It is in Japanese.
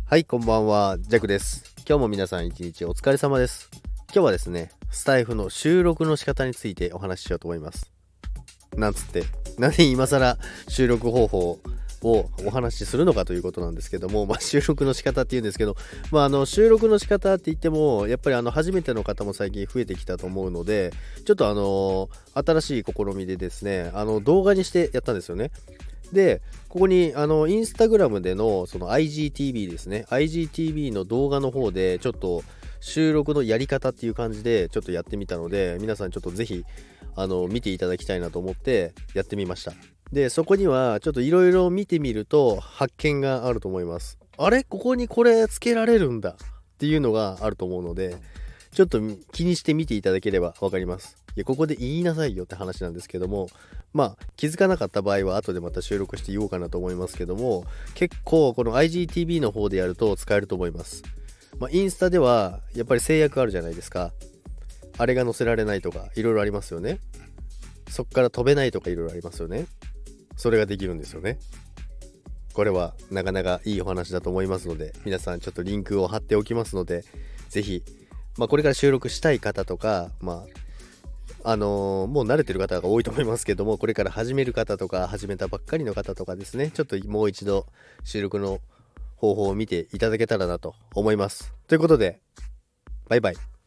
はい、こんばんは、ジャクです。今日も皆さん一日お疲れ様です。今日はですね、スタイフの収録の仕方についてお話ししようと思います。なんつって、なんで今更収録方法をお話しするのかということなんですけども、収録の仕方っていうんですけど、収録の仕方って言っても、やっぱり初めての方も最近増えてきたと思うので、ちょっと新しい試みでですね、動画にしてやったんですよね。で、ここにインスタグラムでのその IGTV ですね。IGTV の動画の方でちょっと収録のやり方っていう感じでちょっとやってみたので、皆さんちょっとぜひ見ていただきたいなと思ってやってみました。で、そこにはちょっといろいろ見てみると発見があると思います。あれここにこれつけられるんだっていうのがあると思うので、ちょっと気にして見ていただければわかります。いや、ここで言いなさいよって話なんですけども、気づかなかった場合は後でまた収録して言おうかなと思いますけども、結構この IGTV の方でやると使えると思います。インスタではやっぱり制約あるじゃないですか。あれが載せられないとかいろいろありますよね。そっから飛べないとかいろいろありますよね。それができるんですよね。これはなかなかいいお話だと思いますので、皆さんちょっとリンクを貼っておきますので、ぜひ、これから収録したい方とか、もう慣れてる方が多いと思いますけども、これから始める方とか始めたばっかりの方とかですね、ちょっともう一度収録の方法を見ていただけたらなと思います。ということで、バイバイ。